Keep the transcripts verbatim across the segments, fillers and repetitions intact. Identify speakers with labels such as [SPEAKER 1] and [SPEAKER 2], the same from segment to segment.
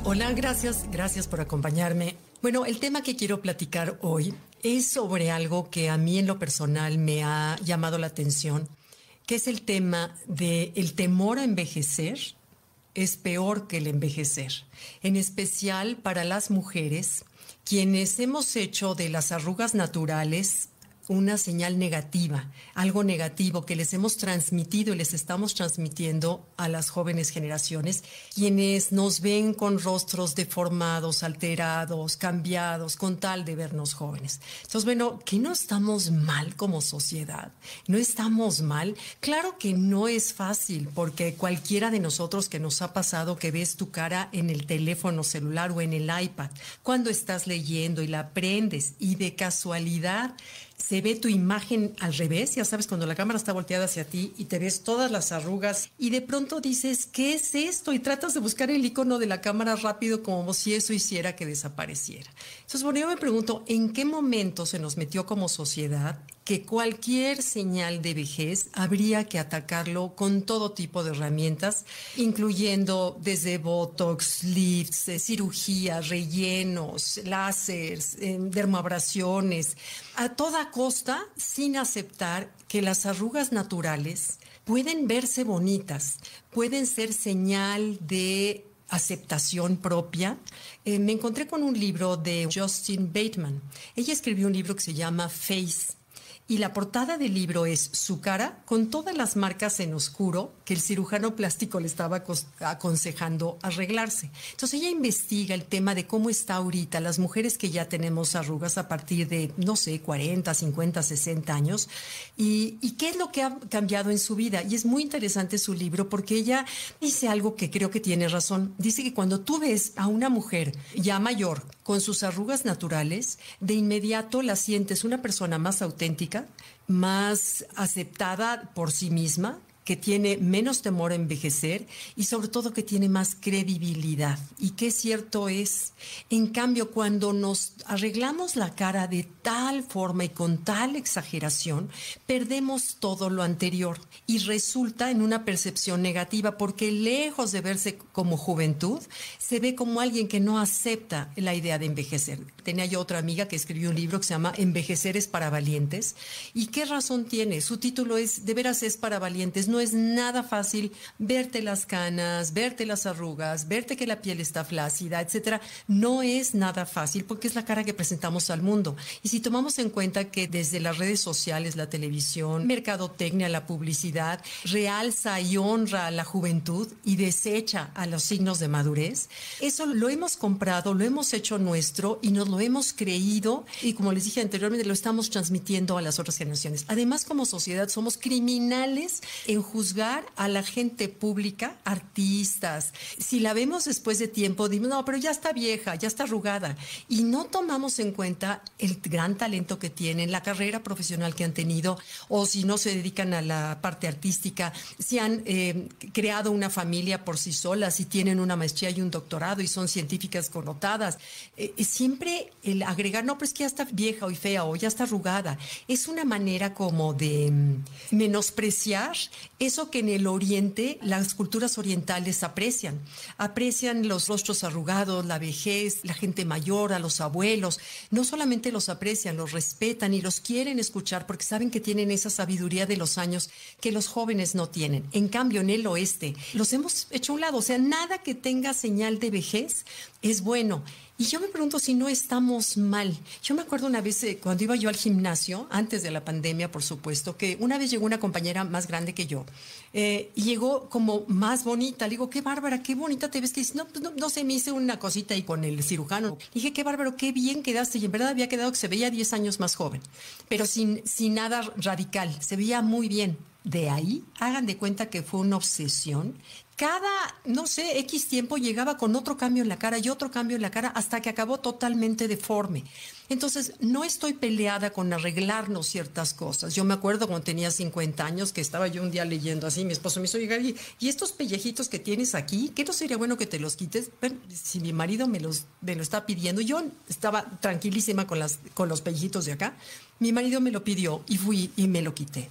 [SPEAKER 1] Hola, gracias, gracias por acompañarme. Bueno, el tema que quiero platicar hoy es sobre algo que a mí en lo personal me ha llamado la atención, que es el tema del temor a envejecer es peor que el envejecer, en especial para las mujeres, quienes hemos hecho de las arrugas naturales una señal negativa, algo negativo que les hemos transmitido y les estamos transmitiendo a las jóvenes generaciones, quienes nos ven con rostros deformados, alterados, cambiados, con tal de vernos jóvenes. Entonces, bueno, ¿que no estamos mal como sociedad? ¿No estamos mal? Claro que no es fácil, porque cualquiera de nosotros que nos ha pasado que ves tu cara en el teléfono celular o en el iPad, cuando estás leyendo y la aprendes y de casualidad se ve tu imagen al revés, ya sabes, cuando la cámara está volteada hacia ti y te ves todas las arrugas y de pronto dices, ¿qué es esto? Y tratas de buscar el icono de la cámara rápido como si eso hiciera que desapareciera. Entonces, bueno, yo me pregunto, ¿en qué momento se nos metió como sociedad que cualquier señal de vejez habría que atacarlo con todo tipo de herramientas, incluyendo desde botox, lifts, eh, cirugías, rellenos, láseres, eh, dermoabrasiones, a toda costa, sin aceptar que las arrugas naturales pueden verse bonitas, pueden ser señal de aceptación propia? Eh, me encontré con un libro de Justine Bateman. Ella escribió un libro que se llama Face. Y la portada del libro es su cara con todas las marcas en oscuro que el cirujano plástico le estaba aconsejando arreglarse. Entonces ella investiga el tema de cómo está ahorita las mujeres que ya tenemos arrugas a partir de, no sé, cuarenta, cincuenta, sesenta años y, y qué es lo que ha cambiado en su vida. Y es muy interesante su libro porque ella dice algo que creo que tiene razón. Dice que cuando tú ves a una mujer ya mayor con sus arrugas naturales, de inmediato la sientes una persona más auténtica, más aceptada por sí misma, que tiene menos temor a envejecer y sobre todo que tiene más credibilidad. Y qué cierto es. En cambio, cuando nos arreglamos la cara de tal forma y con tal exageración, perdemos todo lo anterior y resulta en una percepción negativa porque lejos de verse como juventud, se ve como alguien que no acepta la idea de envejecer. Tenía yo otra amiga que escribió un libro que se llama Envejecer es para valientes. ¿Y qué razón tiene? Su título es De veras es para valientes. No es nada fácil verte las canas, verte las arrugas, verte que la piel está flácida, etcétera. No es nada fácil porque es la cara que presentamos al mundo. Y si tomamos en cuenta que desde las redes sociales, la televisión, mercadotecnia, la publicidad, realza y honra a la juventud y desecha a los signos de madurez, eso lo hemos comprado, lo hemos hecho nuestro y nos lo hemos creído y, como les dije anteriormente, lo estamos transmitiendo a las otras generaciones. Además, como sociedad somos criminales en juzgar a la gente pública, artistas. Si la vemos después de tiempo, dimos, no, pero ya está vieja, ya está arrugada. Y no tomamos en cuenta el gran talento que tienen, la carrera profesional que han tenido, o si no se dedican a la parte artística, si han eh, creado una familia por sí solas, si tienen una maestría y un doctorado y son científicas connotadas. Eh, siempre el agregar, no, pero es que ya está vieja o fea o ya está arrugada, es una manera como de mm, menospreciar eso que en el Oriente las culturas orientales aprecian. Aprecian los rostros arrugados, la vejez, la gente mayor, a los abuelos. No solamente los aprecian, los respetan y los quieren escuchar porque saben que tienen esa sabiduría de los años que los jóvenes no tienen. En cambio, en el oeste los hemos hecho a un lado. O sea, nada que tenga señal de vejez es bueno. Y yo me pregunto si no estamos mal. Yo me acuerdo una vez eh, cuando iba yo al gimnasio, antes de la pandemia, por supuesto, que una vez llegó una compañera más grande que yo eh, y llegó como más bonita. Le digo, qué bárbara, qué bonita te ves. Que dice, no, pues no, no sé, me hice una cosita ahí con el cirujano. Le dije, qué bárbaro, qué bien quedaste. Y en verdad había quedado que se veía diez años más joven, pero sin, sin nada radical. Se veía muy bien. De ahí, hagan de cuenta que fue una obsesión. Cada, no sé, X tiempo llegaba con otro cambio en la cara y otro cambio en la cara hasta que acabó totalmente deforme. Entonces, no estoy peleada con arreglarnos ciertas cosas. Yo me acuerdo cuando tenía cincuenta años que estaba yo un día leyendo así, mi esposo me hizo llegar y, y estos pellejitos que tienes aquí, ¿qué no sería bueno que te los quites? Bueno, si mi marido me los me lo está pidiendo, yo estaba tranquilísima con, las, con los pellejitos de acá, mi marido me lo pidió y fui y me lo quité.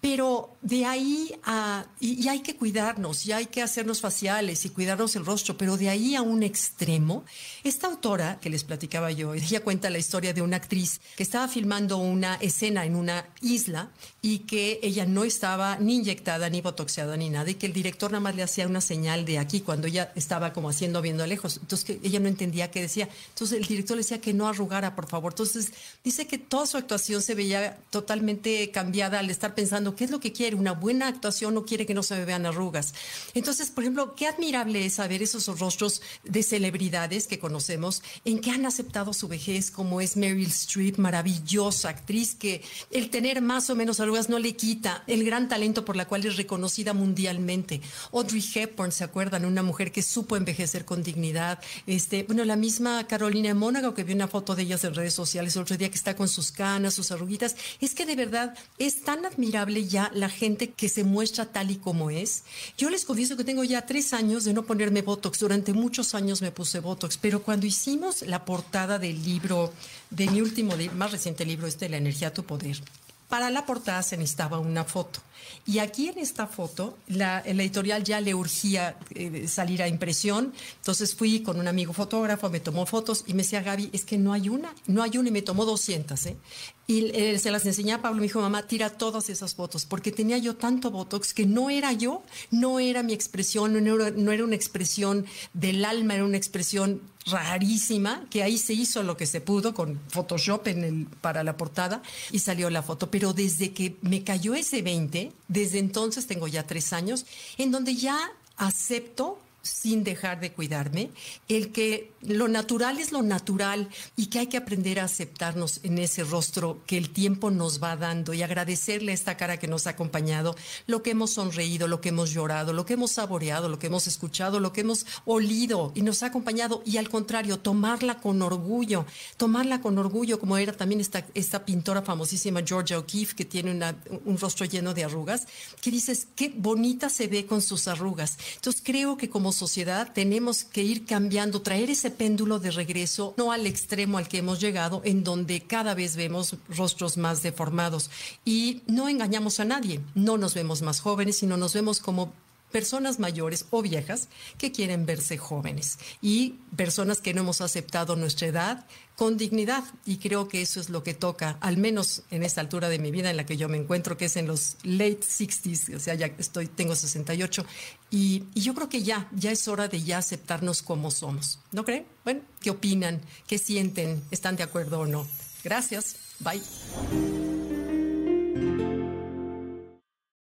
[SPEAKER 1] Pero de ahí a... Y, y hay que cuidarnos, y hay que hacernos faciales y cuidarnos el rostro, pero de ahí a un extremo. Esta autora que les platicaba yo, ella cuenta la historia de una actriz que estaba filmando una escena en una isla y que ella no estaba ni inyectada, ni botoxeada, ni nada, y que el director nada más le hacía una señal de aquí cuando ella estaba como haciendo, viendo lejos. Entonces que ella no entendía qué decía. Entonces el director le decía que no arrugara, por favor. Entonces dice que toda su actuación se veía totalmente cambiada al estar pensando qué es lo que quiere, una buena actuación o quiere que no se me vean arrugas. Entonces, por ejemplo, qué admirable es saber esos rostros de celebridades que conocemos en que han aceptado su vejez, como es Meryl Streep, maravillosa actriz, que el tener más o menos arrugas no le quita el gran talento por la cual es reconocida mundialmente. Audrey Hepburn, ¿se acuerdan? Una mujer que supo envejecer con dignidad. Este, bueno, la misma Carolina Mónaco, que vi una foto de ellas en redes sociales el otro día, que está con sus canas, sus arruguitas. Es que de verdad es tan admirable ya la gente que se muestra tal y como es. Yo les confieso que tengo ya tres años de no ponerme Botox. Durante muchos años me puse Botox, pero cuando hicimos la portada del libro, de mi último, más reciente libro, este, La energía a tu poder, para la portada se necesitaba una foto. Y aquí en esta foto, la, la editorial ya le urgía eh, salir a impresión. Entonces fui con un amigo fotógrafo, me tomó fotos y me decía, Gaby, es que no hay una, no hay una, y me tomó doscientas, ¿eh? Y eh, se las enseñé a Pablo, me dijo, mamá, tira todas esas fotos, porque tenía yo tanto Botox que no era yo, no era mi expresión, no era, no era una expresión del alma, era una expresión rarísima, que ahí se hizo lo que se pudo con Photoshop en el, para la portada y salió la foto. Pero desde que me cayó ese veinte, desde entonces tengo ya tres años, en donde ya acepto, sin dejar de cuidarme, el que lo natural es lo natural y que hay que aprender a aceptarnos en ese rostro que el tiempo nos va dando y agradecerle a esta cara que nos ha acompañado, lo que hemos sonreído, lo que hemos llorado, lo que hemos saboreado, lo que hemos escuchado, lo que hemos olido y nos ha acompañado, y al contrario, tomarla con orgullo, tomarla con orgullo, como era también esta, esta pintora famosísima Georgia O'Keeffe, que tiene una, un rostro lleno de arrugas, que dices, qué bonita se ve con sus arrugas. Entonces creo que como sociedad tenemos que ir cambiando, traer ese péndulo de regreso, no al extremo al que hemos llegado, en donde cada vez vemos rostros más deformados. Y no engañamos a nadie, no nos vemos más jóvenes, sino nos vemos como personas mayores o viejas que quieren verse jóvenes y personas que no hemos aceptado nuestra edad con dignidad, y creo que eso es lo que toca, al menos en esta altura de mi vida en la que yo me encuentro, que es en los late sixties, o sea, ya estoy, tengo sesenta y ocho, y, y yo creo que ya, ya es hora de ya aceptarnos como somos, ¿no creen? Bueno, ¿qué opinan? ¿Qué sienten? ¿Están de acuerdo o no? Gracias, bye.